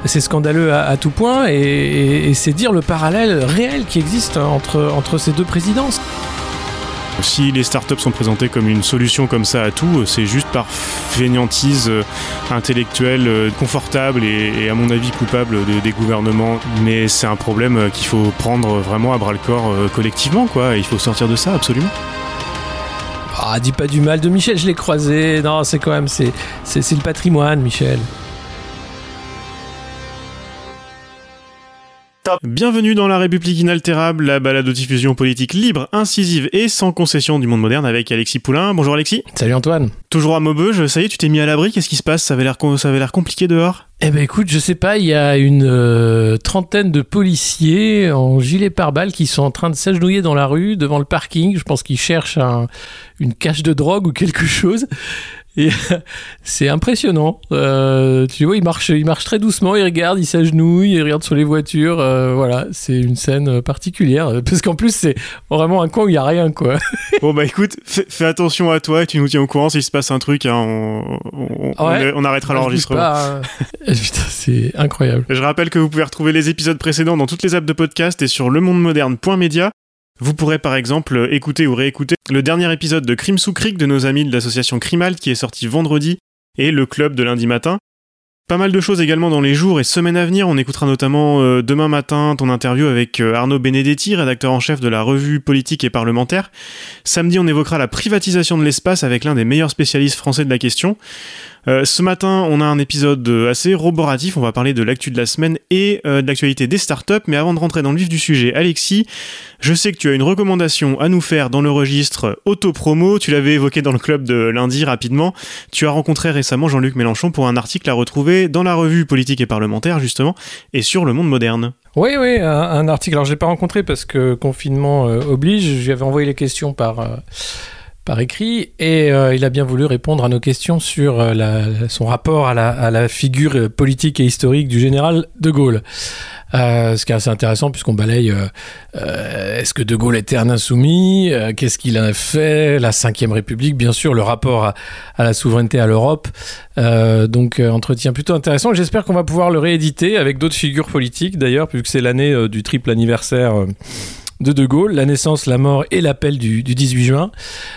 c'est scandaleux à tout point, et c'est dire le parallèle réel qui existe entre ces deux présidences. Si les startups sont présentées comme une solution comme ça à tout, c'est juste par fainéantise intellectuelle confortable et à mon avis coupable des gouvernements. Mais c'est un problème qu'il faut prendre vraiment à bras-le-corps collectivement, quoi. Il faut sortir de ça, absolument. Ah, dis pas du mal de Michel, je l'ai croisé. Non, c'est quand même, c'est le patrimoine, Michel. Bienvenue dans La République inaltérable, la balado-diffusion politique libre, incisive et sans concession du monde moderne avec Alexis Poulain. Bonjour Alexis. Salut Antoine. Toujours à Maubeuge, ça y est, tu t'es mis à l'abri, qu'est-ce qui se passe ? Ça avait l'air compliqué dehors ? Eh ben écoute, je sais pas, il y a une trentaine de policiers en gilet pare-balles qui sont en train de s'agenouiller dans la rue, devant le parking. Je pense qu'ils cherchent une cache de drogue ou quelque chose. Et c'est impressionnant. Tu vois, ils marchent très doucement, ils regardent, ils s'agenouillent, ils regardent sur les voitures. Voilà, c'est une scène particulière. Parce qu'en plus, c'est vraiment un coin où il n'y a rien, quoi. Bon, bah écoute, fais attention à toi et tu nous tiens au courant s'il se passe un truc. Hein, on arrêtera l'enregistrement. Putain, c'est incroyable. Je rappelle que vous pouvez retrouver les épisodes précédents dans toutes les apps de podcast et sur lemondemoderne.media. Vous pourrez par exemple écouter ou réécouter le dernier épisode de Crime sous Cric de nos amis de l'association Crimalt qui est sorti vendredi et le club de lundi matin. Pas mal de choses également dans les jours et semaines à venir. On écoutera notamment demain matin ton interview avec Arnaud Benedetti, rédacteur en chef de la revue politique et parlementaire. Samedi, on évoquera la privatisation de l'espace avec l'un des meilleurs spécialistes français de la question. Ce matin, on a un épisode assez roboratif, on va parler de l'actu de la semaine et de l'actualité des startups, mais avant de rentrer dans le vif du sujet, Alexis, je sais que tu as une recommandation à nous faire dans le registre auto-promo, tu l'avais évoqué dans le club de lundi rapidement, tu as rencontré récemment Jean-Luc Mélenchon pour un article à retrouver dans la revue politique et parlementaire justement, et sur Le Monde Moderne. Oui, un article, alors je ne l'ai pas rencontré parce que confinement oblige, je lui avais envoyé les questions par écrit et il a bien voulu répondre à nos questions sur son rapport à la figure politique et historique du général de Gaulle. Ce qui est assez intéressant puisqu'on balaye est-ce que de Gaulle était un insoumis, qu'est-ce qu'il a fait, la 5e République, bien sûr, le rapport à la souveraineté à l'Europe. Donc entretien plutôt intéressant. J'espère qu'on va pouvoir le rééditer avec d'autres figures politiques d'ailleurs, puisque c'est l'année du triple anniversaire de Gaulle, la naissance, la mort et l'appel du 18 juin.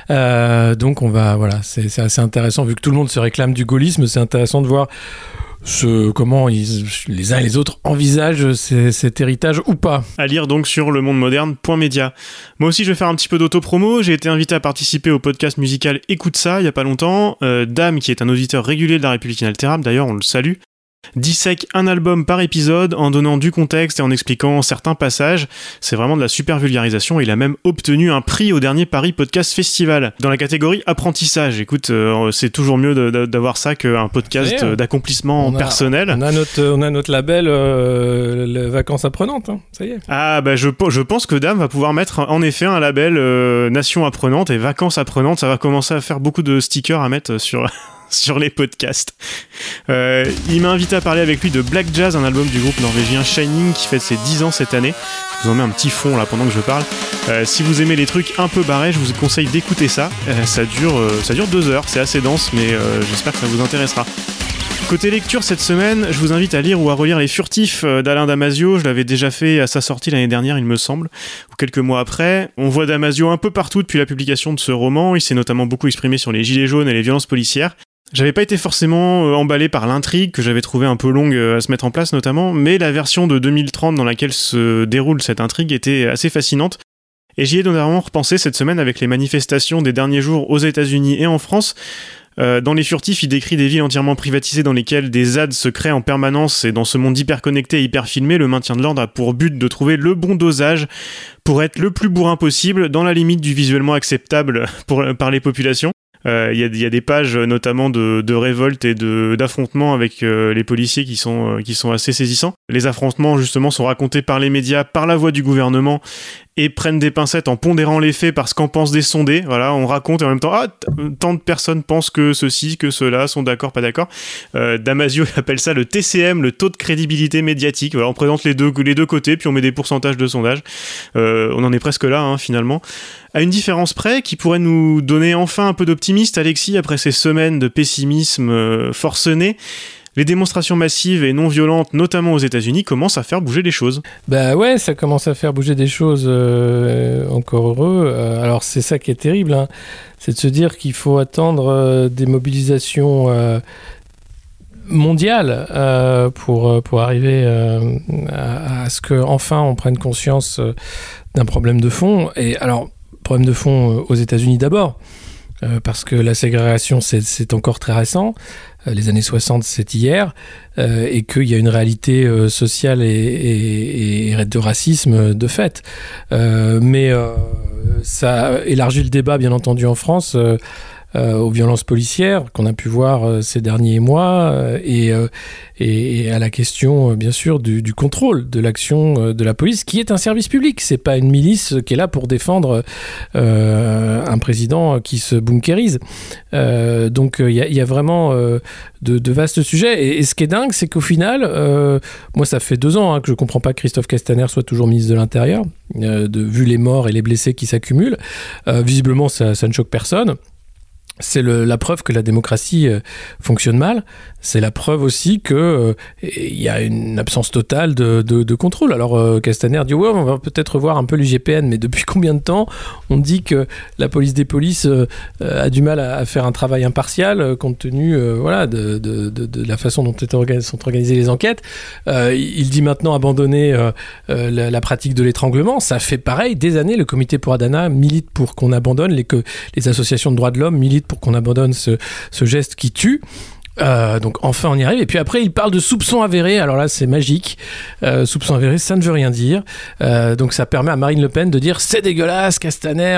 Donc c'est assez intéressant, vu que tout le monde se réclame du gaullisme, c'est intéressant de voir comment les uns et les autres envisagent cet héritage ou pas. À lire donc sur lemondemoderne.media. Moi aussi je vais faire un petit peu d'auto-promo, j'ai été invité à participer au podcast musical Écoute ça il y a pas longtemps. Dame, qui est un auditeur régulier de La République inaltérable, d'ailleurs on le salue, dissèque un album par épisode en donnant du contexte et en expliquant certains passages. C'est vraiment de la super vulgarisation. Il a même obtenu un prix au dernier Paris Podcast Festival dans la catégorie apprentissage. Écoute, c'est toujours mieux d'avoir ça qu'un podcast d'accomplissement personnel. On a notre label les vacances apprenantes, hein. Ça y est. Ah bah je pense que Dame va pouvoir mettre en effet un label Nation apprenante et vacances apprenantes. Ça va commencer à faire beaucoup de stickers à mettre sur les podcasts. Il m'a invité à parler avec lui de Black Jazz, un album du groupe norvégien Shining qui fête ses 10 ans cette année. Je vous en mets un petit fond là pendant que je parle. Si vous aimez les trucs un peu barrés, je vous conseille d'écouter ça. Ça dure 2 heures, c'est assez dense, mais j'espère que ça vous intéressera. Côté lecture, cette semaine, je vous invite à lire ou à relire Les Furtifs d'Alain Damasio. Je l'avais déjà fait à sa sortie l'année dernière, il me semble, ou quelques mois après. On voit Damasio un peu partout depuis la publication de ce roman. Il s'est notamment beaucoup exprimé sur les gilets jaunes et les violences policières. J'avais pas été forcément emballé par l'intrigue, que j'avais trouvé un peu longue à se mettre en place notamment, mais la version de 2030 dans laquelle se déroule cette intrigue était assez fascinante. Et j'y ai notamment repensé cette semaine avec les manifestations des derniers jours aux États-Unis et en France. Dans Les Furtifs, il décrit des villes entièrement privatisées dans lesquelles des ZAD se créent en permanence, et dans ce monde hyper connecté et hyper filmé, le maintien de l'ordre a pour but de trouver le bon dosage pour être le plus bourrin possible, dans la limite du visuellement acceptable par les populations. Il y a des pages notamment de révolte et d'affrontements avec les policiers qui sont assez saisissants. Les affrontements justement sont racontés par les médias, par la voix du gouvernement, et prennent des pincettes en pondérant les faits par ce qu'en pensent des sondés. Voilà, on raconte et en même temps, tant de personnes pensent que ceci, que cela, sont d'accord, pas d'accord. Damasio appelle ça le TCM, le taux de crédibilité médiatique. Voilà, on présente les deux côtés, puis on met des pourcentages de sondage. On en est presque là, hein, finalement. À une différence près, qui pourrait nous donner enfin un peu d'optimisme, Alexis, après ces semaines de pessimisme forcené. les démonstrations massives et non violentes, notamment aux États-Unis, commencent à faire bouger les choses. Bah ouais, ça commence à faire bouger des choses, encore heureux. Alors c'est ça qui est terrible, hein. C'est de se dire qu'il faut attendre des mobilisations mondiales pour arriver à ce qu'enfin on prenne conscience d'un problème de fond. Et alors, problème de fond aux États-Unis d'abord, parce que la ségrégation c'est encore très récent. Les années 60, c'est hier, et qu'il y a une réalité sociale et de racisme de fait. Mais ça élargit le débat, bien entendu, en France, aux violences policières qu'on a pu voir ces derniers mois, et à la question, bien sûr, du contrôle de l'action de la police, qui est un service public. C'est pas une milice qui est là pour défendre un président qui se bunkérise. Donc il y a vraiment de vastes sujets. Et ce qui est dingue, c'est qu'au final, moi ça fait 2 ans que je comprends pas que Christophe Castaner soit toujours ministre de l'Intérieur, vu les morts et les blessés qui s'accumulent. Visiblement, ça ne choque personne. C'est la preuve que la démocratie fonctionne mal. C'est la preuve aussi qu'il y a une absence totale de contrôle. Alors Castaner dit ouais, on va peut-être revoir un peu l'IGPN, mais depuis combien de temps on dit que la police des polices a du mal à faire un travail impartial compte tenu voilà, de la façon dont sont organisées les enquêtes. Il dit maintenant abandonner la pratique de l'étranglement. Ça fait pareil des années. Le comité pour Adana milite pour qu'on abandonne, les associations de droits de l'homme militent pour qu'on abandonne ce geste qui tue. Donc enfin on y arrive. Et puis après il parle de soupçons avérés. Alors là c'est magique. Soupçons avérés, ça ne veut rien dire. Donc ça permet à Marine Le Pen de dire c'est dégueulasse, Castaner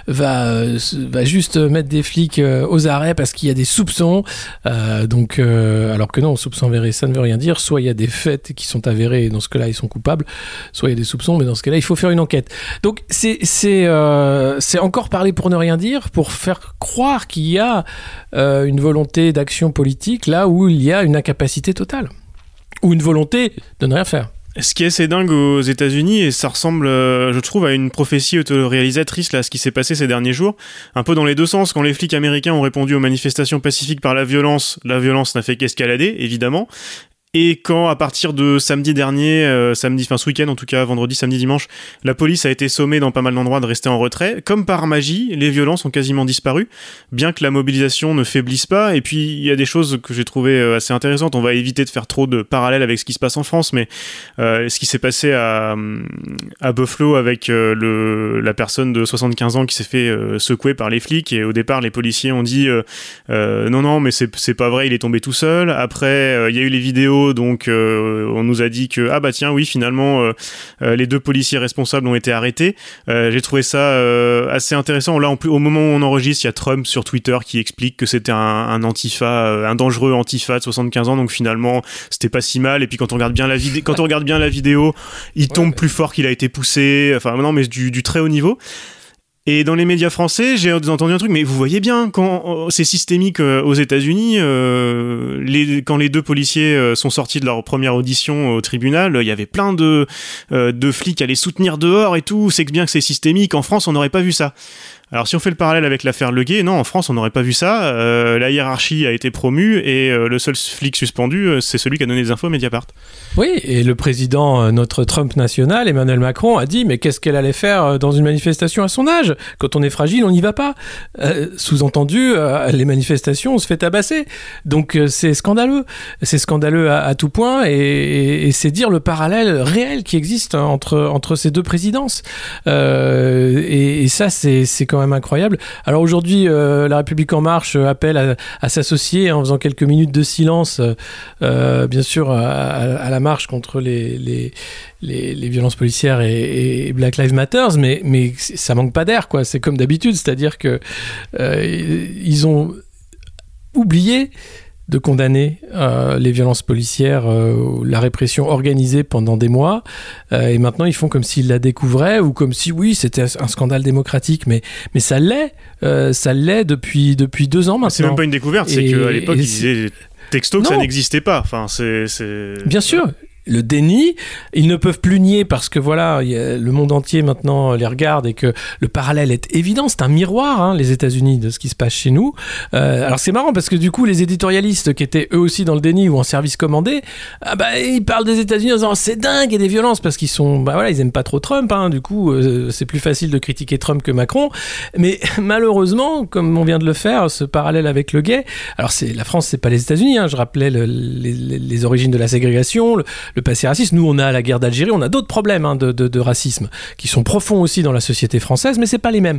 va juste mettre des flics aux arrêts parce qu'il y a des soupçons. Donc alors que non, soupçons avérés, ça ne veut rien dire. Soit il y a des faits qui sont avérés et dans ce cas-là ils sont coupables, soit il y a des soupçons, mais dans ce cas-là il faut faire une enquête. Donc c'est encore parler pour ne rien dire, pour faire croire qu'il y a une volonté d'action politique là où il y a une incapacité totale ou une volonté de ne rien faire. Ce qui est assez dingue aux États-Unis, et ça ressemble, je trouve, à une prophétie autoréalisatrice, là, ce qui s'est passé ces derniers jours, un peu dans les deux sens. Quand les flics américains ont répondu aux manifestations pacifiques par la violence n'a fait qu'escalader, évidemment. Et quand, à partir de samedi dernier, ce week-end en tout cas, vendredi, samedi, dimanche, la police a été sommée dans pas mal d'endroits de rester en retrait, comme par magie, les violences ont quasiment disparu, bien que la mobilisation ne faiblisse pas. Et puis, il y a des choses que j'ai trouvées assez intéressantes. On va éviter de faire trop de parallèles avec ce qui se passe en France, mais ce qui s'est passé à Buffalo avec la personne de 75 ans qui s'est fait secouer par les flics, et au départ, les policiers ont dit non, mais c'est pas vrai, il est tombé tout seul. Après, il y a eu les vidéos. Donc on nous a dit que tiens oui finalement les 2 policiers responsables ont été arrêtés. J'ai trouvé ça assez intéressant. Là au moment où on enregistre, il y a Trump sur Twitter qui explique que c'était un antifa, un dangereux antifa de 75 ans, donc finalement c'était pas si mal. Et puis quand on regarde bien la vidéo, il tombe plus fort qu'il a été poussé. Enfin non, mais du très haut niveau. Et dans les médias français, j'ai entendu un truc, mais vous voyez bien, quand c'est systémique aux États-Unis, quand les 2 policiers sont sortis de leur première audition au tribunal, il y avait plein de flics à les soutenir dehors et tout, c'est bien que c'est systémique. En France, on n'aurait pas vu ça. Alors si on fait le parallèle avec l'affaire Leguet, non, en France on n'aurait pas vu ça, la hiérarchie a été promue et le seul flic suspendu, c'est celui qui a donné des infos à Mediapart. Oui, et le président, notre Trump national, Emmanuel Macron, a dit mais qu'est-ce qu'elle allait faire dans une manifestation à son âge ? Quand on est fragile, on n'y va pas. Sous-entendu, les manifestations, on se fait tabasser. Donc c'est scandaleux. C'est scandaleux à tout point, et c'est dire le parallèle réel qui existe entre ces 2 présidences. Et ça, c'est quand même incroyable. Alors aujourd'hui, La République En Marche appelle à s'associer en faisant quelques minutes de silence, bien sûr, à la marche contre les violences policières et Black Lives Matter, mais ça manque pas d'air, quoi. C'est comme d'habitude, c'est-à-dire que ils ont oublié de condamner les violences policières, la répression organisée pendant des mois, et maintenant ils font comme s'ils la découvraient, ou comme si oui c'était un scandale démocratique, mais ça l'est depuis 2 ans maintenant. C'est même pas une découverte, c'est qu'à l'époque ils disaient texto que ça n'existait pas. Enfin, c'est... Bien sûr. le déni. Ils ne peuvent plus nier parce que voilà, le monde entier maintenant les regarde et que le parallèle est évident. C'est un miroir, les États-Unis, de ce qui se passe chez nous. Alors c'est marrant parce que du coup, les éditorialistes qui étaient eux aussi dans le déni ou en service commandé, ils parlent des États-Unis en disant c'est dingue, il y a des violences parce qu'ils sont, ils aiment pas trop Trump. Du coup, c'est plus facile de critiquer Trump que Macron. Mais malheureusement, comme on vient de le faire, ce parallèle avec le gay. Alors la France, c'est pas les États-Unis. Je rappelais les origines de la ségrégation. Le passé raciste. Nous, on a la guerre d'Algérie, on a d'autres problèmes de racisme qui sont profonds aussi dans la société française, mais c'est pas les mêmes.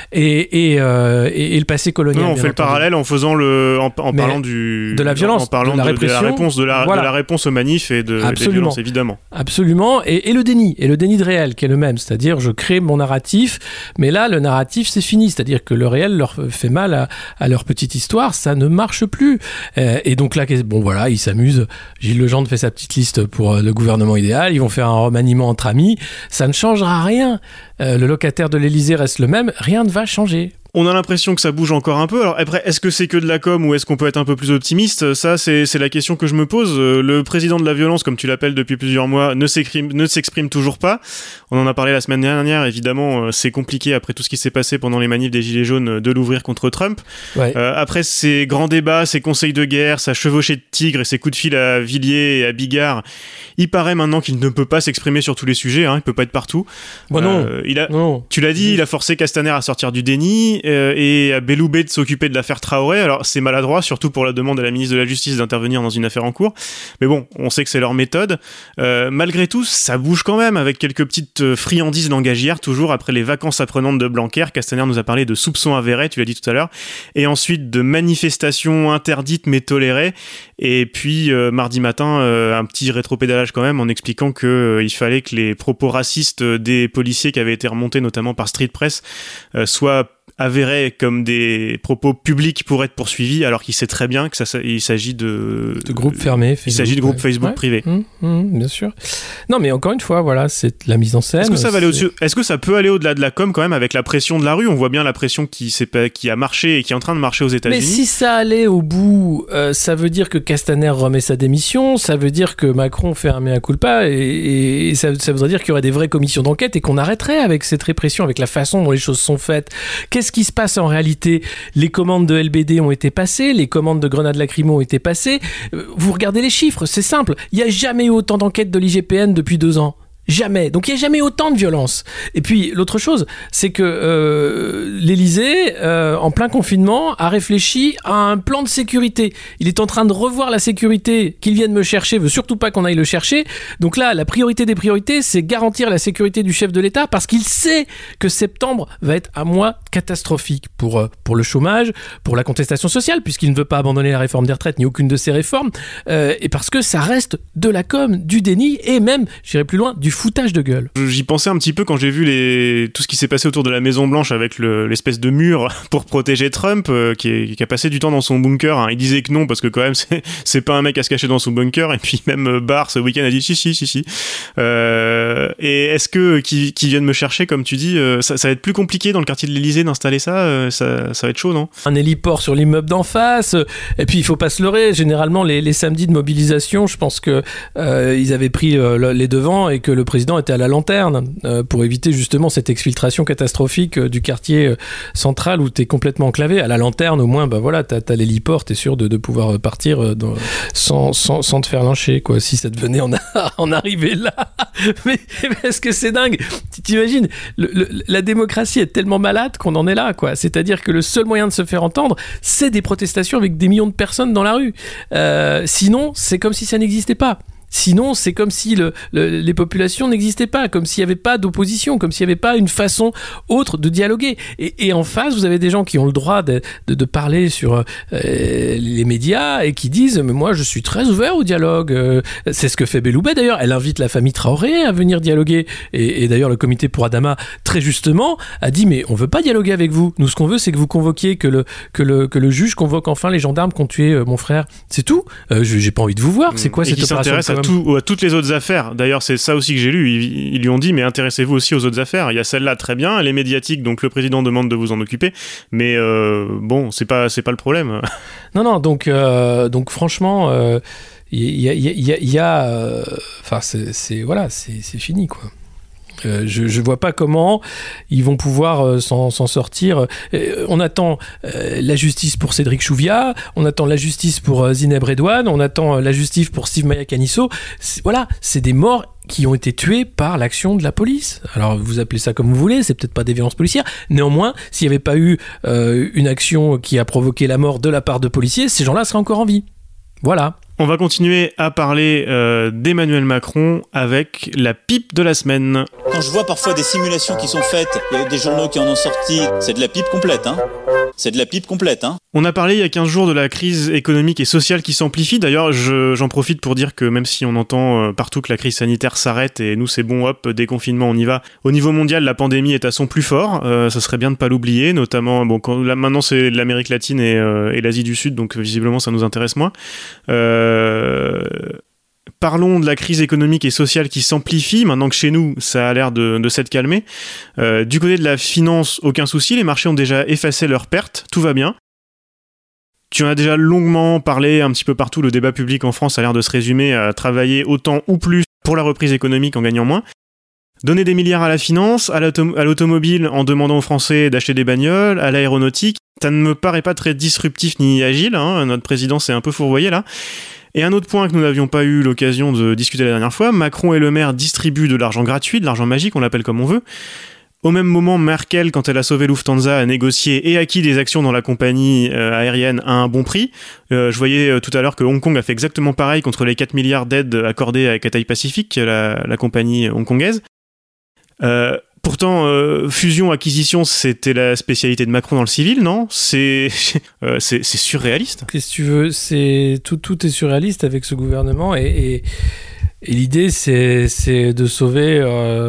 Et le passé colonial. Non, on fait le parallèle en faisant en parlant de la violence, en parlant de la réponse, de la réponse aux manifs et des violences, évidemment. Absolument. Et le déni de réel qui est le même, c'est-à-dire je crée mon narratif, mais là le narratif c'est fini, c'est-à-dire que le réel leur fait mal à leur petite histoire, ça ne marche plus. Et donc là, ils s'amusent. Gilles Legendre fait sa petite liste pour le gouvernement idéal, ils vont faire un remaniement entre amis, ça ne changera rien. Le locataire de l'Élysée reste le même, rien ne va changer. On a l'impression que ça bouge encore un peu. Alors après, est-ce que c'est que de la com ou est-ce qu'on peut être un peu plus optimiste ? Ça, c'est la question que je me pose. Le président de la violence, comme tu l'appelles depuis plusieurs mois, ne s'exprime toujours pas. On en a parlé la semaine dernière. Évidemment, c'est compliqué après tout ce qui s'est passé pendant les manifs des Gilets jaunes de l'ouvrir contre Trump. Ouais. Après ces grands débats, ces conseils de guerre, sa chevauchée de tigre et ses coups de fil à Villiers et à Bigard, il paraît maintenant qu'il ne peut pas s'exprimer sur tous les sujets. Il peut pas être partout. Non. Tu l'as dit, il a forcé Castaner à sortir du déni. Et à Belloubet de s'occuper de l'affaire Traoré. Alors c'est maladroit, surtout pour la demande à la ministre de la Justice d'intervenir dans une affaire en cours. Mais bon, on sait que c'est leur méthode. Malgré tout, ça bouge quand même avec quelques petites friandises langagières, toujours après les vacances apprenantes de Blanquer. Castaner nous a parlé de soupçons avérés, tu l'as dit tout à l'heure, et ensuite de manifestations interdites mais tolérées. Et puis mardi matin, un petit rétropédalage quand même en expliquant qu'il fallait que les propos racistes des policiers qui avaient été remontés notamment par Street Press soient avérés comme des propos publics pour être poursuivis, alors qu'il sait très bien que il s'agit de groupes fermés. Il s'agit de groupes Facebook privés. Bien sûr. Non, mais encore une fois, voilà, c'est la mise en scène. Est-ce que ça peut aller au-delà de la com quand même avec la pression de la rue ? On voit bien la pression qui a marché et qui est en train de marcher aux États-Unis. Mais si ça allait au bout, ça veut dire que Castaner remet sa démission, ça veut dire que Macron fait un mea culpa et ça voudrait dire qu'il y aurait des vraies commissions d'enquête et qu'on arrêterait avec cette répression, avec la façon dont les choses sont faites. Qu'est-ce qui se passe en réalité ? Les commandes de LBD ont été passées, les commandes de grenades lacrymo ont été passées. Vous regardez les chiffres, c'est simple. Il n'y a jamais eu autant d'enquêtes de l'IGPN depuis 2 ans. Jamais. Donc il n'y a jamais autant de violence. Et puis l'autre chose, c'est que l'Élysée, en plein confinement, a réfléchi à un plan de sécurité. Il est en train de revoir la sécurité. Qu'il vienne me chercher, veut surtout pas qu'on aille le chercher. Donc là, la priorité des priorités, c'est garantir la sécurité du chef de l'État parce qu'il sait que septembre va être un mois catastrophique pour le chômage, pour la contestation sociale, puisqu'il ne veut pas abandonner la réforme des retraites ni aucune de ces réformes, et parce que ça reste de la com, du déni et même, j'irai plus loin, du foutage de gueule. J'y pensais un petit peu quand j'ai vu tout ce qui s'est passé autour de la Maison Blanche avec l'espèce de mur pour protéger Trump, qui a passé du temps dans son bunker. Il disait que non parce que quand même c'est pas un mec à se cacher dans son bunker. Et puis même Barr ce week-end a dit si. Et est-ce que qui viennent me chercher comme tu dis, ça va être plus compliqué dans le quartier de l'Élysée d'installer ça va être chaud, non ? Un héliport sur l'immeuble d'en face. Et puis il faut pas se leurrer. Généralement les samedis de mobilisation, je pense que ils avaient pris les devants et que le président était à la lanterne pour éviter justement cette exfiltration catastrophique du quartier central où t'es complètement enclavé. À la lanterne, au moins, t'as l'héliport, t'es sûr de pouvoir partir sans te faire lyncher, quoi, si ça devenait en arriver là. Mais est-ce que c'est dingue ? T'imagines, la démocratie est tellement malade qu'on en est là, quoi. C'est-à-dire que le seul moyen de se faire entendre, c'est des protestations avec des millions de personnes dans la rue. Sinon, c'est comme si ça n'existait pas. Sinon, c'est comme si les populations n'existaient pas, comme s'il n'y avait pas d'opposition, comme s'il n'y avait pas une façon autre de dialoguer. Et en face, vous avez des gens qui ont le droit de parler sur les médias et qui disent « Mais moi, je suis très ouvert au dialogue. » C'est ce que fait Belloubet, d'ailleurs. Elle invite la famille Traoré à venir dialoguer. Et d'ailleurs, le comité pour Adama, très justement, a dit « Mais on ne veut pas dialoguer avec vous. Nous, ce qu'on veut, c'est que vous convoquiez, que le juge convoque enfin les gendarmes qui ont tué mon frère. C'est tout. J'ai pas envie de vous voir. C'est quoi cette opération ? À toutes les autres affaires. D'ailleurs, c'est ça aussi que j'ai lu. Ils lui ont dit, mais intéressez-vous aussi aux autres affaires. Il y a celle-là, très bien. Elle est médiatique, donc le président demande de vous en occuper. Mais bon, c'est pas le problème. Non. Donc franchement, c'est fini, quoi. Je vois pas comment ils vont pouvoir s'en sortir. On attend la justice pour Cédric Chouviat, on attend la justice pour Zineb Redouane, on attend la justice pour Steve Maia-Canisso. C'est des morts qui ont été tués par l'action de la police. Alors vous appelez ça comme vous voulez, c'est peut-être pas des violences policières. Néanmoins, s'il n'y avait pas eu une action qui a provoqué la mort de la part de policiers, ces gens-là seraient encore en vie. Voilà. On va continuer à parler d'Emmanuel Macron avec la pipe de la semaine. Quand je vois parfois des simulations qui sont faites, il y a des journaux qui en ont sorti, c'est de la pipe complète, hein. C'est de la pipe complète, hein. On a parlé il y a 15 jours de la crise économique et sociale qui s'amplifie. D'ailleurs, j'en profite pour dire que même si on entend partout que la crise sanitaire s'arrête et nous c'est bon, hop, déconfinement, on y va. Au niveau mondial, la pandémie est à son plus fort. Ça serait bien de pas l'oublier, notamment, là maintenant c'est l'Amérique latine et l'Asie du Sud, donc visiblement ça nous intéresse moins. Parlons de la crise économique et sociale qui s'amplifie, maintenant que chez nous, ça a l'air de s'être calmé. Du côté de la finance, aucun souci, les marchés ont déjà effacé leurs pertes, tout va bien. Tu en as déjà longuement parlé un petit peu partout, le débat public en France a l'air de se résumer à travailler autant ou plus pour la reprise économique en gagnant moins. Donner des milliards à la finance, à l'automobile en demandant aux Français d'acheter des bagnoles, à l'aéronautique, ça ne me paraît pas très disruptif ni agile, hein. Notre président s'est un peu fourvoyé là. Et un autre point que nous n'avions pas eu l'occasion de discuter la dernière fois, Macron et Le Maire distribuent de l'argent gratuit, de l'argent magique, on l'appelle comme on veut. Au même moment, Merkel, quand elle a sauvé Lufthansa, a négocié et acquis des actions dans la compagnie aérienne à un bon prix. Je voyais tout à l'heure que Hong Kong a fait exactement pareil contre les 4 milliards d'aides accordées à Cathay Pacific, la compagnie hongkongaise. Pourtant, fusion-acquisition, c'était la spécialité de Macron dans le civil, non ? C'est surréaliste. Qu'est-ce que tu veux ? Tout est surréaliste avec ce gouvernement et l'idée, c'est de sauver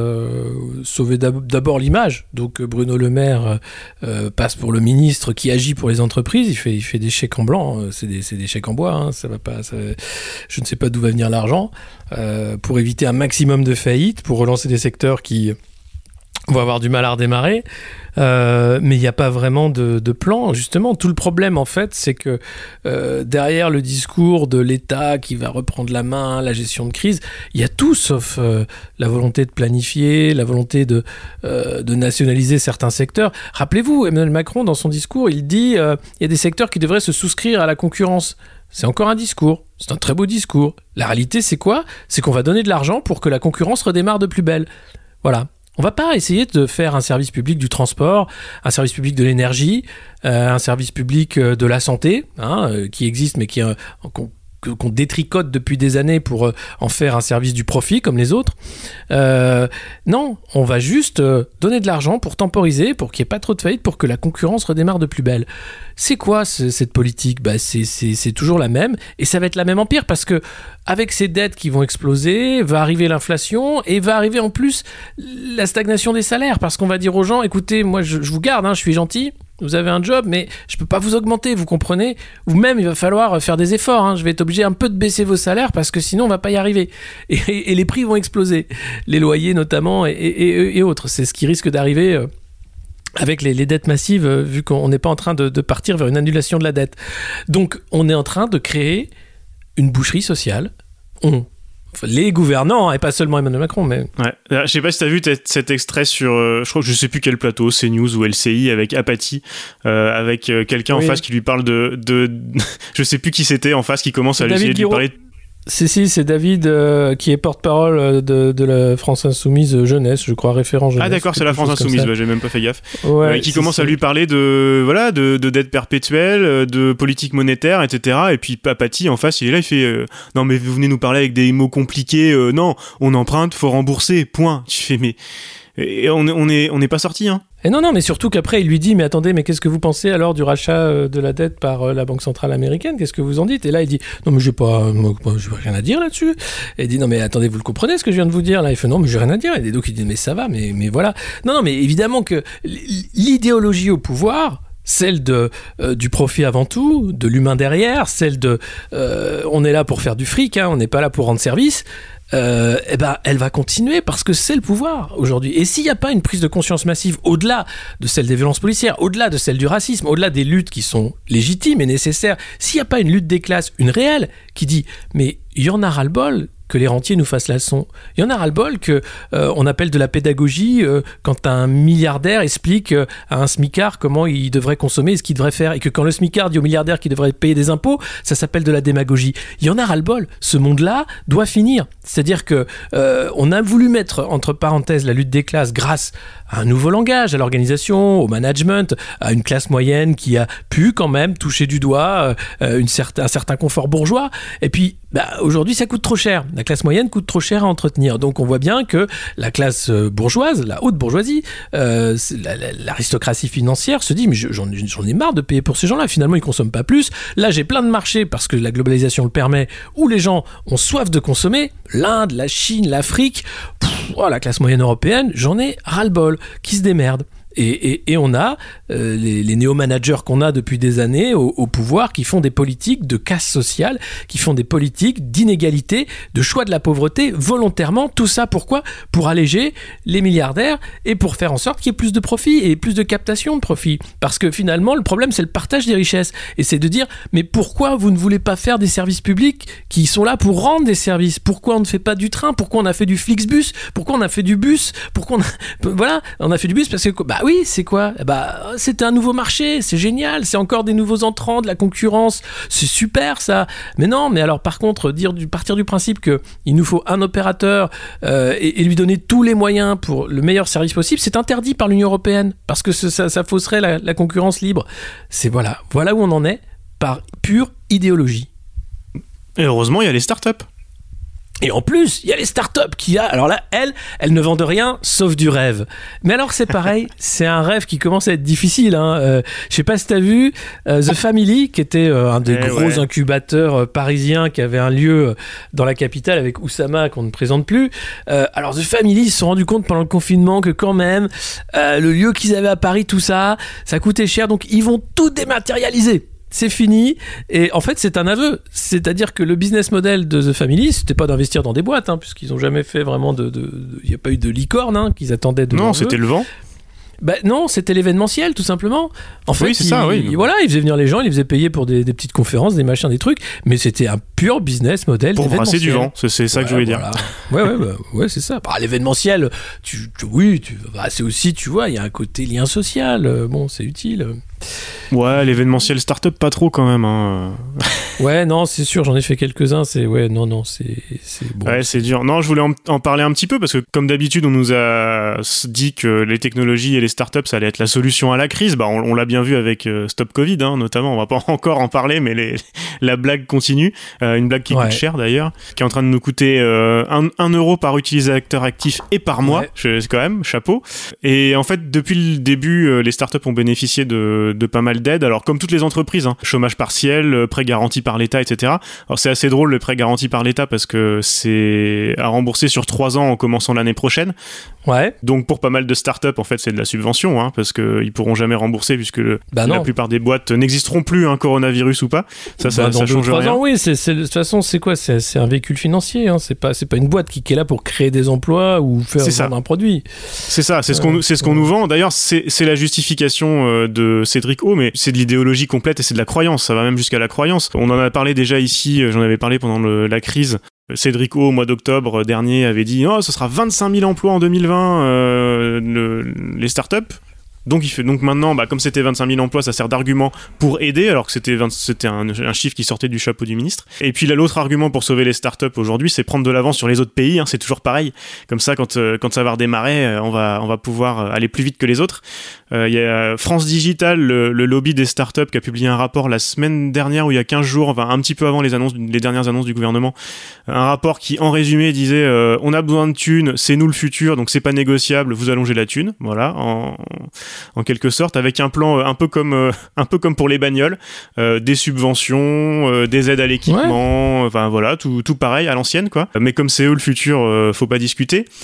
d'abord l'image. Donc Bruno Le Maire passe pour le ministre qui agit pour les entreprises. Il fait des chèques en blanc, c'est des chèques en bois. Hein, ça va pas. Je ne sais pas d'où va venir l'argent pour éviter un maximum de faillites, pour relancer des secteurs qui vont avoir du mal à redémarrer, mais il n'y a pas vraiment de plan. Justement, tout le problème, en fait, c'est que derrière le discours de l'État qui va reprendre la main, la gestion de crise, il y a tout sauf la volonté de planifier, la volonté de nationaliser certains secteurs. Rappelez-vous, Emmanuel Macron, dans son discours, il dit il y a des secteurs qui devraient se souscrire à la concurrence. C'est encore un discours, c'est un très beau discours. La réalité, c'est quoi ? C'est qu'on va donner de l'argent pour que la concurrence redémarre de plus belle. Voilà. On va pas essayer de faire un service public du transport, un service public de l'énergie, un service public de la santé, qui existe mais qu'on détricote depuis des années pour en faire un service du profit comme les autres. Non, on va juste donner de l'argent pour temporiser, pour qu'il n'y ait pas trop de faillites, pour que la concurrence redémarre de plus belle. C'est quoi cette politique ? C'est toujours la même, et ça va être la même en pire, parce que avec ces dettes qui vont exploser, va arriver l'inflation, et va arriver en plus la stagnation des salaires, parce qu'on va dire aux gens, écoutez, moi je vous garde, je suis gentil, vous avez un job, mais je peux pas vous augmenter, vous comprenez ? Vous-même, il va falloir faire des efforts. Je vais être obligé un peu de baisser vos salaires parce que sinon, on va pas y arriver. Et les prix vont exploser. Les loyers, notamment, et autres. C'est ce qui risque d'arriver avec les dettes massives, vu qu'on n'est pas en train de partir vers une annulation de la dette. Donc, on est en train de créer une boucherie sociale. Les gouvernants, et pas seulement Emmanuel Macron, mais... Ouais. Je sais pas si t'as vu cet extrait sur, je crois que je sais plus quel plateau, CNews ou LCI, avec Apathy, avec quelqu'un en face qui lui parle de je sais plus qui c'était en face, qui commence à essayer de lui parler... C'est David qui est porte-parole de la France Insoumise Jeunesse, je crois, référent jeunesse. Ah d'accord, c'est la France Insoumise, j'ai même pas fait gaffe. Ouais, qui commence à lui parler de dette perpétuelle, de politique monétaire, etc. Et puis Apathy en face, il est là, il fait non mais vous venez nous parler avec des mots compliqués, non, on emprunte, faut rembourser, point. Tu fais mais... Et on n'est pas sorti, hein. Et non, mais surtout qu'après, il lui dit, mais attendez, mais qu'est-ce que vous pensez alors du rachat de la dette par la Banque Centrale Américaine ? Qu'est-ce que vous en dites ? Et là, il dit, non, mais j'ai rien à dire là-dessus. Et il dit, non, mais attendez, vous le comprenez ce que je viens de vous dire là ? Il fait, non, mais j'ai rien à dire. Et donc, il dit, mais ça va, mais voilà. Non, mais évidemment que l'idéologie au pouvoir, celle du profit avant tout, de l'humain derrière, celle on est là pour faire du fric, on n'est pas là pour rendre service. elle va continuer parce que c'est le pouvoir aujourd'hui. Et s'il n'y a pas une prise de conscience massive au-delà de celle des violences policières, au-delà de celle du racisme, au-delà des luttes qui sont légitimes et nécessaires, s'il n'y a pas une lutte des classes, une réelle, qui dit mais il y en a ras-le-bol que les rentiers nous fassent la leçon. Il y en a ras-le-bol que on appelle de la pédagogie quand un milliardaire explique à un smicard comment il devrait consommer et ce qu'il devrait faire, et que quand le smicard dit au milliardaire qu'il devrait payer des impôts, ça s'appelle de la démagogie. Il y en a ras-le-bol. Ce monde-là doit finir. C'est-à-dire que on a voulu mettre entre parenthèses la lutte des classes grâce à un nouveau langage, à l'organisation, au management, à une classe moyenne qui a pu quand même toucher du doigt un certain confort bourgeois. Et puis aujourd'hui, ça coûte trop cher. La classe moyenne coûte trop cher à entretenir. Donc on voit bien que la classe bourgeoise, la haute bourgeoisie, l'aristocratie financière se dit mais j'en ai marre de payer pour ces gens-là. Finalement, ils consomment pas plus. Là, j'ai plein de marchés parce que la globalisation le permet, où les gens ont soif de consommer. L'Inde, la Chine, l'Afrique, la classe moyenne européenne, j'en ai ras-le-bol, qui se démerde. Et on a les néo-managers qu'on a depuis des années au pouvoir qui font des politiques de casse sociale, qui font des politiques d'inégalité, de choix de la pauvreté volontairement. Tout ça pourquoi ? Pour alléger les milliardaires et pour faire en sorte qu'il y ait plus de profit et plus de captation de profit. Parce que finalement, le problème, c'est le partage des richesses. Et c'est de dire, mais pourquoi vous ne voulez pas faire des services publics qui sont là pour rendre des services ? Pourquoi on ne fait pas du train ? Pourquoi on a fait du Flixbus ? Pourquoi on a fait du bus ? Pourquoi on a fait du bus parce que oui, c'est quoi ? C'était un nouveau marché, c'est génial, c'est encore des nouveaux entrants, de la concurrence, c'est super ça. Mais non, mais alors par contre, partir du principe qu'il nous faut un opérateur et lui donner tous les moyens pour le meilleur service possible, c'est interdit par l'Union européenne, parce que ça fausserait la concurrence libre. Voilà où on en est, par pure idéologie. Et heureusement, il y a les startups. Et en plus, il y a les startups alors là, elles ne vendent rien sauf du rêve. Mais alors c'est pareil, c'est un rêve qui commence à être difficile. Je sais pas si t'as vu The Family, qui était un des gros incubateurs parisiens, qui avait un lieu dans la capitale avec Oussama qu'on ne présente plus. Alors The Family, ils se sont rendus compte pendant le confinement que quand même le lieu qu'ils avaient à Paris, tout ça coûtait cher, donc ils vont tout dématérialiser. C'est fini, et en fait c'est un aveu, c'est-à-dire que le business model de The Family, c'était pas d'investir dans des boîtes, puisqu'ils ont jamais fait vraiment il n'y a pas eu de licorne qu'ils attendaient de non, c'était le vent. Non, c'était l'événementiel, tout simplement. En fait, c'est ça, oui. Voilà, ils faisaient venir les gens, ils les faisaient payer pour des petites conférences, des machins, des trucs, mais c'était un pur business model pour brasser du vent, c'est ça que je voulais dire. Ouais, c'est ça. L'événementiel, c'est aussi, tu vois, il y a un côté lien social, c'est utile. Ouais, l'événementiel start-up, pas trop quand même. Ouais, non, c'est sûr, j'en ai fait quelques-uns, c'est bon. Ouais, c'est dur. Non, je voulais en parler un petit peu, parce que comme d'habitude, on nous a dit que les technologies et les startups, ça allait être la solution à la crise. On l'a bien vu avec Stop Covid, notamment. On va pas encore en parler, mais la blague continue. Une blague qui coûte cher d'ailleurs, qui est en train de nous coûter 1 euro par utilisateur actif et par mois. C'est quand même, chapeau. Et en fait, depuis le début, les startups ont bénéficié de pas mal d'aides. Alors, comme toutes les entreprises, chômage partiel, prêt garanti par l'État, etc. Alors, c'est assez drôle, le prêt garanti par l'État, parce que c'est à rembourser sur 3 ans en commençant l'année prochaine. Ouais. Donc, pour pas mal de startups, en fait, c'est de la subvention, parce qu'ils pourront jamais rembourser, puisque la plupart des boîtes n'existeront plus, coronavirus ou pas. Ça dans change 2-3 rien. ans, oui. De toute façon, c'est quoi ? C'est un véhicule financier. C'est pas une boîte qui est là pour créer des emplois ou faire vendre un produit. C'est ça. C'est ce qu'on nous vend. D'ailleurs, c'est la justification de Cédric O, mais c'est de l'idéologie complète et c'est de la croyance. Ça va même jusqu'à la croyance. On en a parlé déjà ici. J'en avais parlé pendant la crise. Cédric O, au mois d'octobre dernier, avait dit « Oh, ce sera 25 000 emplois en 2020, les startups ». Donc maintenant, comme c'était 25 000 emplois, ça sert d'argument pour aider, alors que c'était un chiffre qui sortait du chapeau du ministre. Et puis l'autre argument pour sauver les startups aujourd'hui, c'est prendre de l'avance sur les autres pays. C'est toujours pareil. Comme ça, quand ça va redémarrer, on va pouvoir aller plus vite que les autres. Il y a France Digital, le lobby des startups, qui a publié un rapport la semaine dernière, ou il y a 15 jours, un petit peu avant les dernières annonces du gouvernement. Un rapport qui, en résumé, disait on a besoin de thunes, c'est nous le futur, donc c'est pas négociable, vous allongez la thune. Voilà, en quelque sorte, avec un plan un peu comme pour les bagnoles, des subventions, des aides à l'équipement, tout pareil à l'ancienne, quoi. Mais comme c'est eux le futur, faut pas discuter.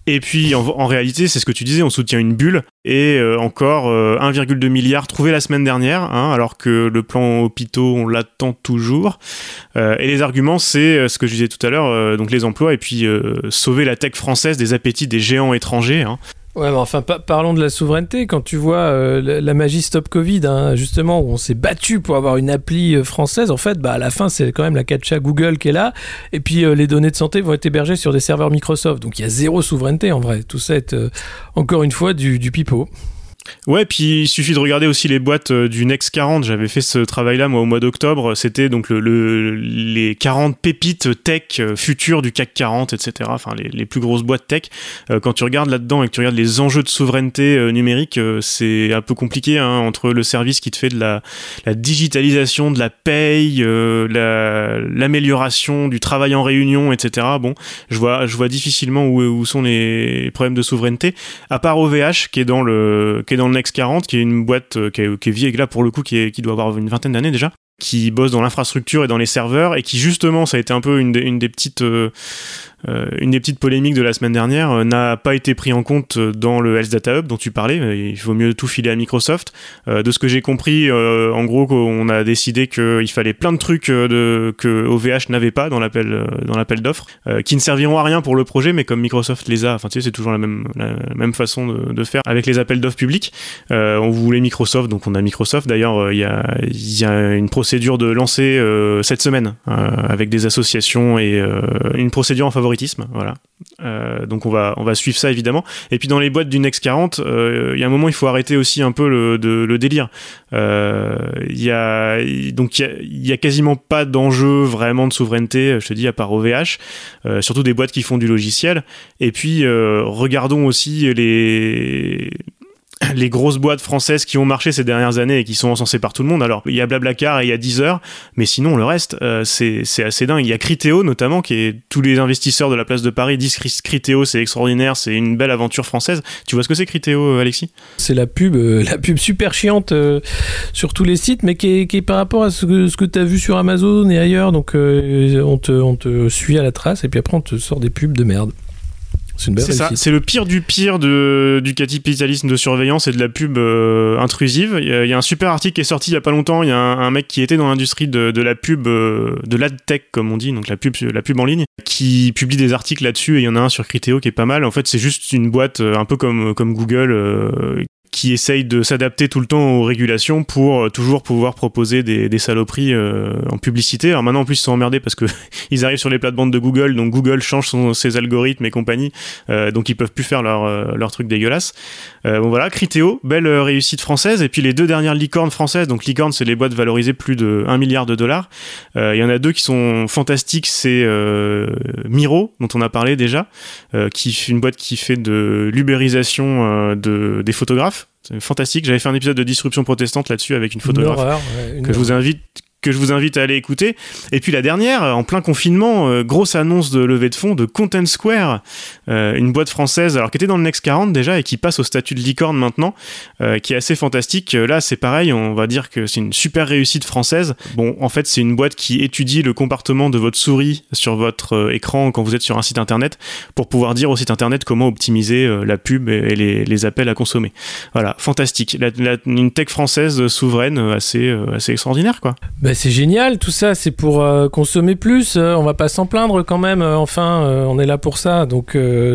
Et puis en réalité, c'est ce que tu disais, on soutient une bulle et encore 1,2 milliard trouvé la semaine dernière, hein, alors que le plan hôpitaux, on l'attend toujours. Et les arguments, c'est ce que je disais tout à l'heure, donc les emplois et puis sauver la tech française des appétits des géants étrangers. Hein. Ouais, mais enfin, parlons de la souveraineté. Quand tu vois la magie Stop Covid, hein, justement, où on s'est battu pour avoir une appli française, en fait, à la fin, c'est quand même la captcha Google qui est là. Et puis, les données de santé vont être hébergées sur des serveurs Microsoft. Donc, il y a zéro souveraineté, en vrai. Tout ça est, encore une fois, du pipeau. Ouais, puis il suffit de regarder aussi les boîtes du Next 40. J'avais fait ce travail-là, moi, au mois d'octobre. C'était donc les 40 pépites tech futures du CAC 40, etc. Enfin, les plus grosses boîtes tech. Quand tu regardes là-dedans et que tu regardes les enjeux de souveraineté numérique, c'est un peu compliqué, hein, entre le service qui te fait de la digitalisation, de la paye, l'amélioration du travail en réunion, etc. Bon, je vois difficilement où sont les problèmes de souveraineté. À part OVH, qui est dans le Next 40, qui est une boîte qui est vieille, là pour le coup, qui doit avoir une vingtaine d'années déjà, qui bosse dans l'infrastructure et dans les serveurs, et qui justement, ça a été un peu une des petites polémiques de la semaine dernière, n'a pas été pris en compte dans le Health Data Hub dont tu parlais. Il vaut mieux tout filer à Microsoft. De ce que j'ai compris, en gros, on a décidé qu'il fallait plein de trucs que OVH n'avait pas dans l'appel d'offres, qui ne serviront à rien pour le projet, mais comme Microsoft les a, enfin tu sais, c'est toujours la même façon de faire avec les appels d'offres publics. On voulait Microsoft, donc on a Microsoft. D'ailleurs, il y a une procédure de lancer cette semaine avec des associations et une procédure en favoritisme, voilà. Donc on va suivre ça évidemment. Et puis dans les boîtes du Next 40, il y a un moment, il faut arrêter aussi un peu le délire. Il y a quasiment pas d'enjeu vraiment de souveraineté, je te dis, à part OVH, surtout des boîtes qui font du logiciel. Et puis regardons aussi les grosses boîtes françaises qui ont marché ces dernières années et qui sont encensées par tout le monde. Alors, il y a Blablacar et il y a Deezer, mais sinon, le reste, c'est assez dingue. Il y a Criteo, notamment, tous les investisseurs de la place de Paris disent Criteo, c'est extraordinaire, c'est une belle aventure française. Tu vois ce que c'est, Criteo, Alexis ? C'est la pub super chiante sur tous les sites, mais qui est par rapport à ce que tu as vu sur Amazon et ailleurs. Donc, on te suit à la trace et puis après, on te sort des pubs de merde. C'est ça, c'est le pire du pire du capitalisme de surveillance et de la pub intrusive. Il y a un super article qui est sorti il y a pas longtemps. Il y a un mec qui était dans l'industrie de la pub, de l'adtech comme on dit, donc la pub en ligne, qui publie des articles là-dessus, et il y en a un sur Criteo qui est pas mal. En fait, c'est juste une boîte un peu comme Google, qui essaye de s'adapter tout le temps aux régulations pour toujours pouvoir proposer des saloperies en publicité. Alors maintenant, en plus, ils sont emmerdés parce que ils arrivent sur les plates-bandes de Google, donc Google change ses algorithmes et compagnie, donc ils peuvent plus faire leur truc dégueulasse. Bon voilà, Criteo, belle réussite française. Et puis les deux dernières licornes françaises, donc licorne, c'est les boîtes valorisées plus de 1 milliard de dollars. Il y en a deux qui sont fantastiques, c'est Miro, dont on a parlé déjà, une boîte qui fait de l'ubérisation des photographes. C'est fantastique. J'avais fait un épisode de Disruption protestante là-dessus avec une photographe que je vous invite à aller écouter. Et puis la dernière, en plein confinement, grosse annonce de levée de fonds de Content Square, une boîte française, alors qui était dans le Next 40 déjà et qui passe au statut de licorne maintenant, qui est assez fantastique. Là, c'est pareil, on va dire que c'est une super réussite française. Bon, en fait, c'est une boîte qui étudie le comportement de votre souris sur votre écran quand vous êtes sur un site internet pour pouvoir dire au site internet comment optimiser la pub et les appels à consommer. Voilà, fantastique. Une tech française souveraine assez extraordinaire, quoi. C'est génial, tout ça, c'est pour consommer plus, on va pas s'en plaindre quand même, on est là pour ça, donc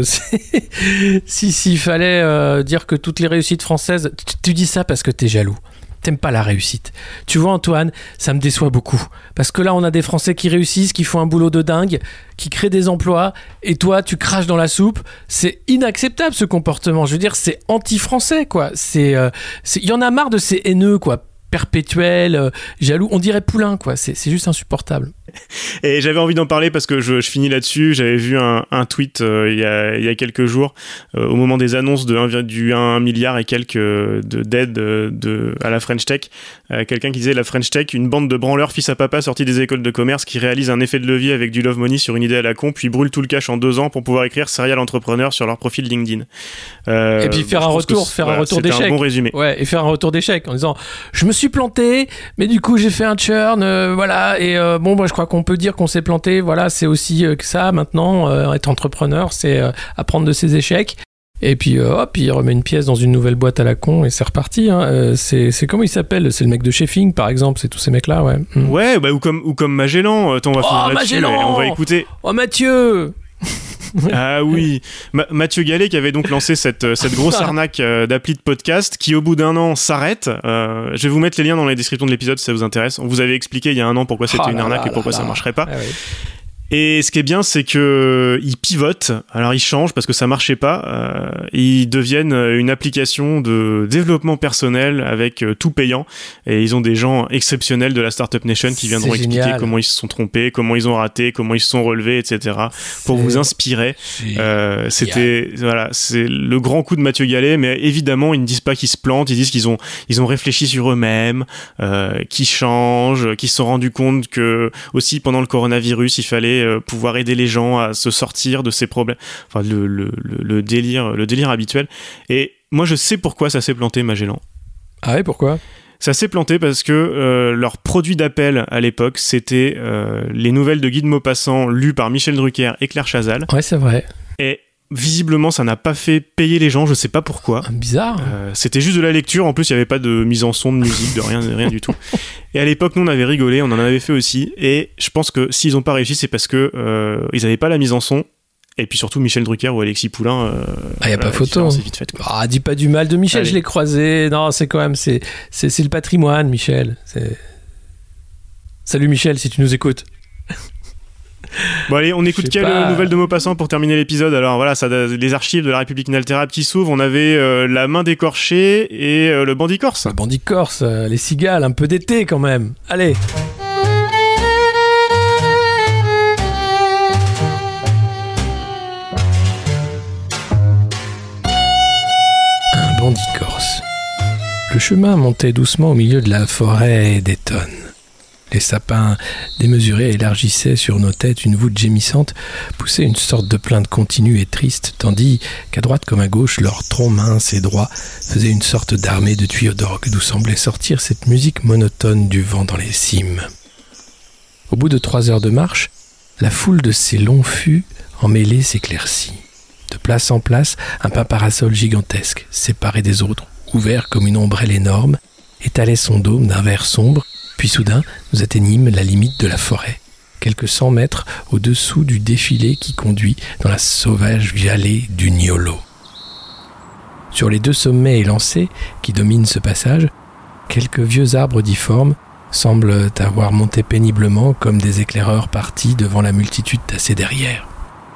s'il fallait dire que toutes les réussites françaises, tu dis ça parce que t'es jaloux. T'aimes pas la réussite. Tu vois, Antoine, ça me déçoit beaucoup. Parce que là, on a des Français qui réussissent, qui font un boulot de dingue, qui créent des emplois, et toi, tu craches dans la soupe. C'est inacceptable, ce comportement. Je veux dire, c'est anti-français, quoi. Il y en a marre de ces haineux, quoi. Perpétuel, jaloux, on dirait Poulain, quoi. C'est juste insupportable. Et j'avais envie d'en parler parce que je finis là-dessus. J'avais vu un tweet il y a quelques jours, au moment des annonces du 1 milliard et quelques d'aide à la French Tech. Quelqu'un qui disait: la French Tech, une bande de branleurs fils à papa sortis des écoles de commerce qui réalisent un effet de levier avec du love money sur une idée à la con, puis brûlent tout le cash en 2 ans pour pouvoir écrire serial entrepreneur sur leur profil LinkedIn. Et puis faire un retour d'échec. C'est un bon résumé. Ouais, et faire un retour d'échec en disant: je me suis planté, mais du coup j'ai fait un churn, voilà, et bon, moi je crois crois qu'on peut dire qu'on s'est planté. Voilà, c'est aussi que ça maintenant. Être entrepreneur, c'est apprendre de ses échecs. Et puis hop, il remet une pièce dans une nouvelle boîte à la con et c'est reparti. Hein. C'est comment il s'appelle ? C'est le mec de Sheffing, par exemple. C'est tous ces mecs-là, ouais. Ouais, bah, ou comme Magellan. Attends, on va finir là-dessus, mais on va écouter. Oh, Mathieu. Ah oui, Mathieu Gallet qui avait donc lancé cette grosse arnaque d'appli de podcast qui au bout d'un an s'arrête. Je vais vous mettre les liens dans la description de l'épisode si ça vous intéresse. On vous avait expliqué il y a un an pourquoi c'était une arnaque et pourquoi ça marcherait pas. Ah, oui. Et ce qui est bien, c'est que ils pivotent. Alors ils changent parce que ça marchait pas. Ils deviennent une application de développement personnel avec tout payant. Et ils ont des gens exceptionnels de la Startup Nation qui viendront expliquer comment ils se sont trompés, comment ils ont raté, comment ils se sont relevés, etc. Pour vous inspirer. C'est le grand coup de Mathieu Gallet. Mais évidemment, ils ne disent pas qu'ils se plantent. Ils disent qu'ils ont réfléchi sur eux-mêmes, qu'ils changent, qu'ils se sont rendus compte que aussi pendant le coronavirus, il fallait pouvoir aider les gens à se sortir de ces problèmes, enfin le délire habituel. Et moi je sais pourquoi ça s'est planté, Magellan. Ah ouais, pourquoi ? Ça s'est planté parce que leur produit d'appel à l'époque, c'était les nouvelles de Guy de Maupassant lues par Michel Drucker et Claire Chazal. Ouais, c'est vrai. Et visiblement, ça n'a pas fait payer les gens, je sais pas pourquoi. Bizarre. C'était juste de la lecture, en plus, il n'y avait pas de mise en son, de musique, de rien du tout. Et à l'époque, nous, on avait rigolé, on en avait fait aussi. Et je pense que s'ils n'ont pas réussi, c'est parce que ils n'avaient pas la mise en son. Et puis surtout, Michel Drucker ou Alexis Poulain. Il n'y a pas photo. C'est vite fait, quoi. Ah, dis pas du mal de Michel, je l'ai croisé. Non, c'est quand même, c'est le patrimoine, Michel. Salut Michel, si tu nous écoutes. Bon allez, on écoute quelle nouvelle de Maupassant pour terminer l'épisode. Alors voilà, les archives de la République inaltérable qui s'ouvrent. On avait la main d'écorché et le bandit corse. Le bandit corse, les cigales, un peu d'été quand même. Allez. Un bandit corse. Le chemin montait doucement au milieu de la forêt d'Eton. Les sapins démesurés élargissaient sur nos têtes une voûte gémissante, poussaient une sorte de plainte continue et triste, tandis qu'à droite comme à gauche, leur tronc mince et droit faisait une sorte d'armée de tuyaux d'orgue d'où semblait sortir cette musique monotone du vent dans les cimes. Au bout de 3 heures de marche, la foule de ces longs fûts emmêlés s'éclaircit. De place en place, un pin parasol gigantesque, séparé des autres, ouvert comme une ombrelle énorme, étalait son dôme d'un vert sombre. Puis soudain, nous atteignîmes la limite de la forêt, quelques 100 mètres au-dessous du défilé qui conduit dans la sauvage vallée du Niolo. Sur les 2 sommets élancés qui dominent ce passage, quelques vieux arbres difformes semblent avoir monté péniblement comme des éclaireurs partis devant la multitude tassée derrière.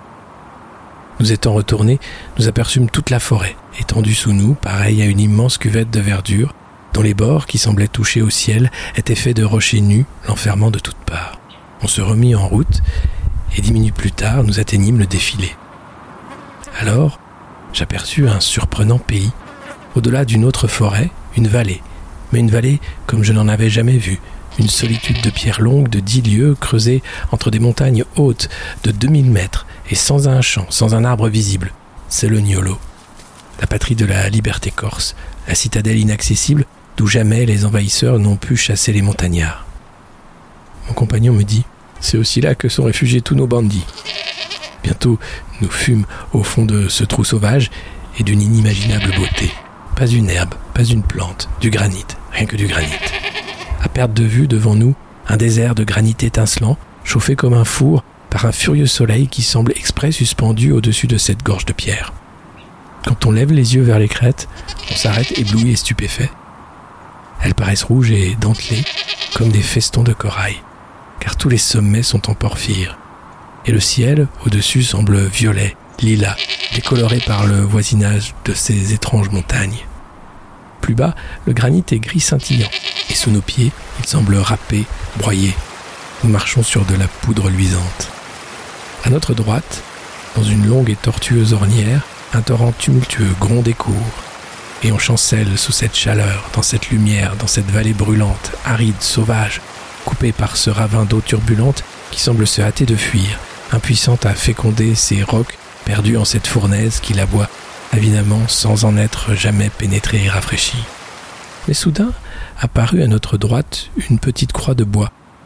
Nous étant retournés, nous aperçûmes toute la forêt, étendue sous nous, pareille à une immense cuvette de verdure, dont les bords, qui semblaient toucher au ciel, étaient faits de rochers nus, l'enfermant de toutes parts. On se remit en route, et 10 minutes plus tard, nous atteignîmes le défilé. Alors, j'aperçus un surprenant pays. Au-delà d'une autre forêt, une vallée, mais une vallée comme je n'en avais jamais vue. Une solitude de pierres longues de 10 lieues creusée entre des montagnes hautes de 2000 mètres et sans un champ, sans un arbre visible. C'est le Niolo, la patrie de la liberté corse, la citadelle inaccessible d'où jamais les envahisseurs n'ont pu chasser les montagnards. Mon compagnon me dit, c'est aussi là que sont réfugiés tous nos bandits. Bientôt, nous fûmes au fond de ce trou sauvage et d'une inimaginable beauté. Pas une herbe, pas une plante, du granit, rien que du granit. À perte de vue devant nous, un désert de granit étincelant, chauffé comme un four par un furieux soleil qui semble exprès suspendu au-dessus de cette gorge de pierre. Quand on lève les yeux vers les crêtes, on s'arrête ébloui et stupéfait. Elles paraissent rouges et dentelées, comme des festons de corail, car tous les sommets sont en porphyre. Et le ciel, au-dessus, semble violet, lilas, décoloré par le voisinage de ces étranges montagnes. Plus bas, le granit est gris scintillant, et sous nos pieds, il semble râpé, broyé. Nous marchons sur de la poudre luisante. À notre droite, dans une longue et tortueuse ornière, un torrent tumultueux gronde et court. Et on chancelle sous cette chaleur, dans cette lumière, dans cette vallée brûlante, aride, sauvage, coupée par ce ravin d'eau turbulente qui semble se hâter de fuir, impuissante à féconder ces rocs perdus en cette fournaise qui la boit avidement sans en être jamais pénétrée et rafraîchie. Mais soudain apparut à notre droite une petite croix de bois,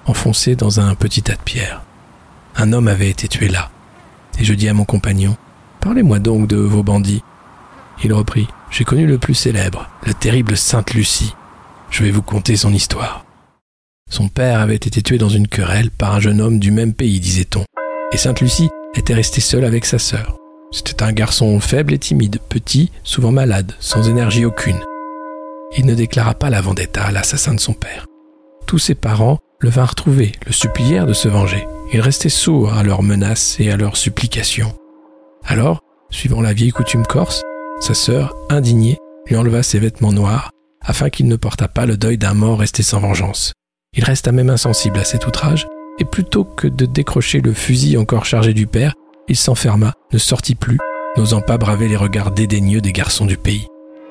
enfoncé dans un petit tas de pierres. Un homme avait été tué là. Et je dis à mon compagnon, « Parlez-moi donc de vos bandits. » Il reprit, « J'ai connu le plus célèbre, le terrible Sainte Lucie. Je vais vous conter son histoire. Son père avait été tué dans une querelle par un jeune homme du même pays, disait-on. Et Sainte Lucie était restée seule avec sa sœur. C'était un garçon faible et timide, petit, souvent malade, sans énergie aucune. Il ne déclara pas la vendetta à l'assassin de son père. Tous ses parents le vinrent trouver, le supplièrent de se venger. Il restait sourd à leurs menaces et à leurs supplications. Alors, suivant la vieille coutume corse, sa sœur, indignée, lui enleva ses vêtements noirs afin qu'il ne portât pas le deuil d'un mort resté sans vengeance. Il resta même insensible à cet outrage et plutôt que de décrocher le fusil encore chargé du père, il s'enferma, ne sortit plus, n'osant pas braver les regards dédaigneux des garçons du pays.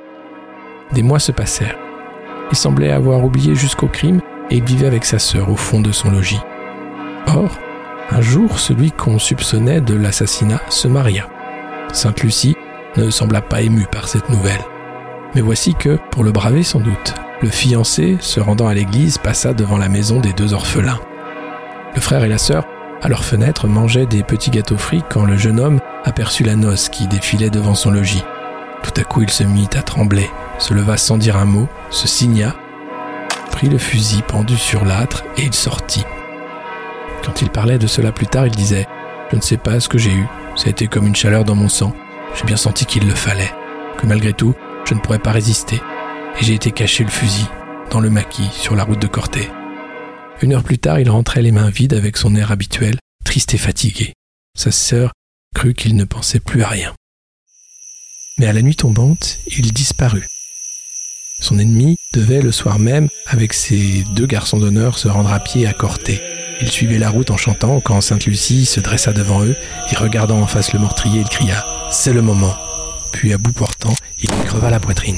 Des mois se passèrent. Il semblait avoir oublié jusqu'au crime et il vivait avec sa sœur au fond de son logis. Or, un jour, celui qu'on soupçonnait de l'assassinat se maria. Sainte Lucie ne sembla pas émue par cette nouvelle. Mais voici que, pour le braver sans doute, le fiancé, se rendant à l'église, passa devant la maison des deux orphelins. Le frère et la sœur, à leur fenêtre, mangeaient des petits gâteaux frits quand le jeune homme aperçut la noce qui défilait devant son logis. Tout à coup, il se mit à trembler, se leva sans dire un mot, se signa, prit le fusil pendu sur l'âtre et il sortit. Quand il parlait de cela plus tard, il disait « Je ne sais pas ce que j'ai eu, ça a été comme une chaleur dans mon sang. J'ai bien senti qu'il le fallait, que malgré tout, je ne pourrais pas résister. Et j'ai été cacher le fusil dans le maquis sur la route de Corté. » 1 heure plus tard, il rentrait les mains vides avec son air habituel, triste et fatigué. Sa sœur crut qu'il ne pensait plus à rien. Mais à la nuit tombante, il disparut. Son ennemi devait, le soir même, avec ses 2 garçons d'honneur, se rendre à pied à Corté. Il suivait la route en chantant quand Sainte Lucie se dressa devant eux et regardant en face le meurtrier, il cria « C'est le moment !» Puis à bout portant, il lui creva la poitrine.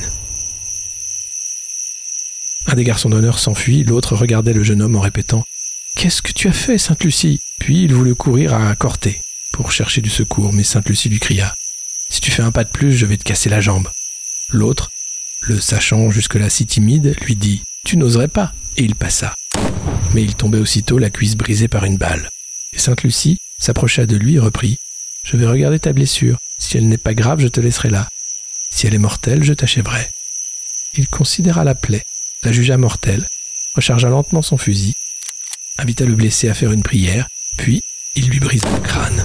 Un des garçons d'honneur s'enfuit, l'autre regardait le jeune homme en répétant « Qu'est-ce que tu as fait, Sainte Lucie ?» Puis il voulut courir à Corté pour chercher du secours, mais Sainte Lucie lui cria « Si tu fais un pas de plus, je vais te casser la jambe. » L'autre, le sachant jusque-là si timide, lui dit « Tu n'oserais pas !» et il passa. Mais il tombait aussitôt, la cuisse brisée par une balle. Et Sainte Lucie s'approcha de lui et reprit « Je vais regarder ta blessure. Si elle n'est pas grave, je te laisserai là. Si elle est mortelle, je t'achèverai. » Il considéra la plaie, la jugea mortelle, rechargea lentement son fusil, invita le blessé à faire une prière, puis il lui brisa le crâne.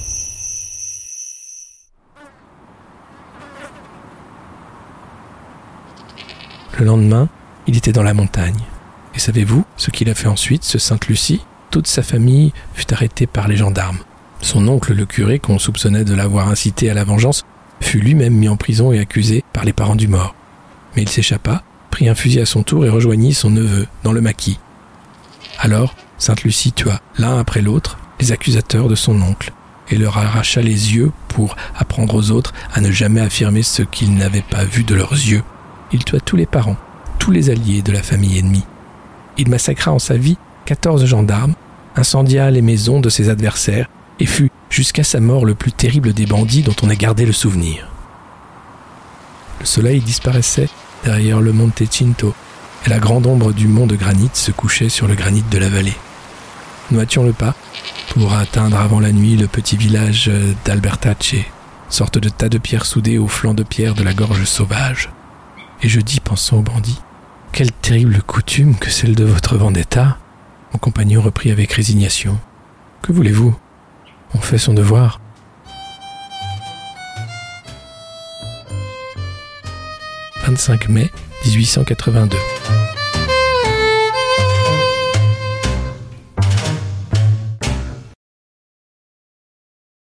Le lendemain, il était dans la montagne. Et savez-vous ce qu'il a fait ensuite, ce Sainte Lucie ? Toute sa famille fut arrêtée par les gendarmes. Son oncle, le curé, qu'on soupçonnait de l'avoir incité à la vengeance, fut lui-même mis en prison et accusé par les parents du mort. Mais il s'échappa, prit un fusil à son tour et rejoignit son neveu dans le maquis. Alors, Sainte Lucie tua, l'un après l'autre, les accusateurs de son oncle et leur arracha les yeux pour apprendre aux autres à ne jamais affirmer ce qu'ils n'avaient pas vu de leurs yeux. Il tua tous les parents, tous les alliés de la famille ennemie. Il massacra en sa vie 14 gendarmes, incendia les maisons de ses adversaires et fut jusqu'à sa mort le plus terrible des bandits dont on ait gardé le souvenir. Le soleil disparaissait derrière le Monte Cinto et la grande ombre du mont de granit se couchait sur le granit de la vallée. Nous hâtions le pas pour atteindre avant la nuit le petit village d'Albertace, sorte de tas de pierres soudées au flanc de pierre de la gorge sauvage. Et je dis, pensant aux bandits, « Quelle terrible coutume que celle de votre vendetta !» Mon compagnon reprit avec résignation, « Que voulez-vous ? On fait son devoir. » 25 mai 1882.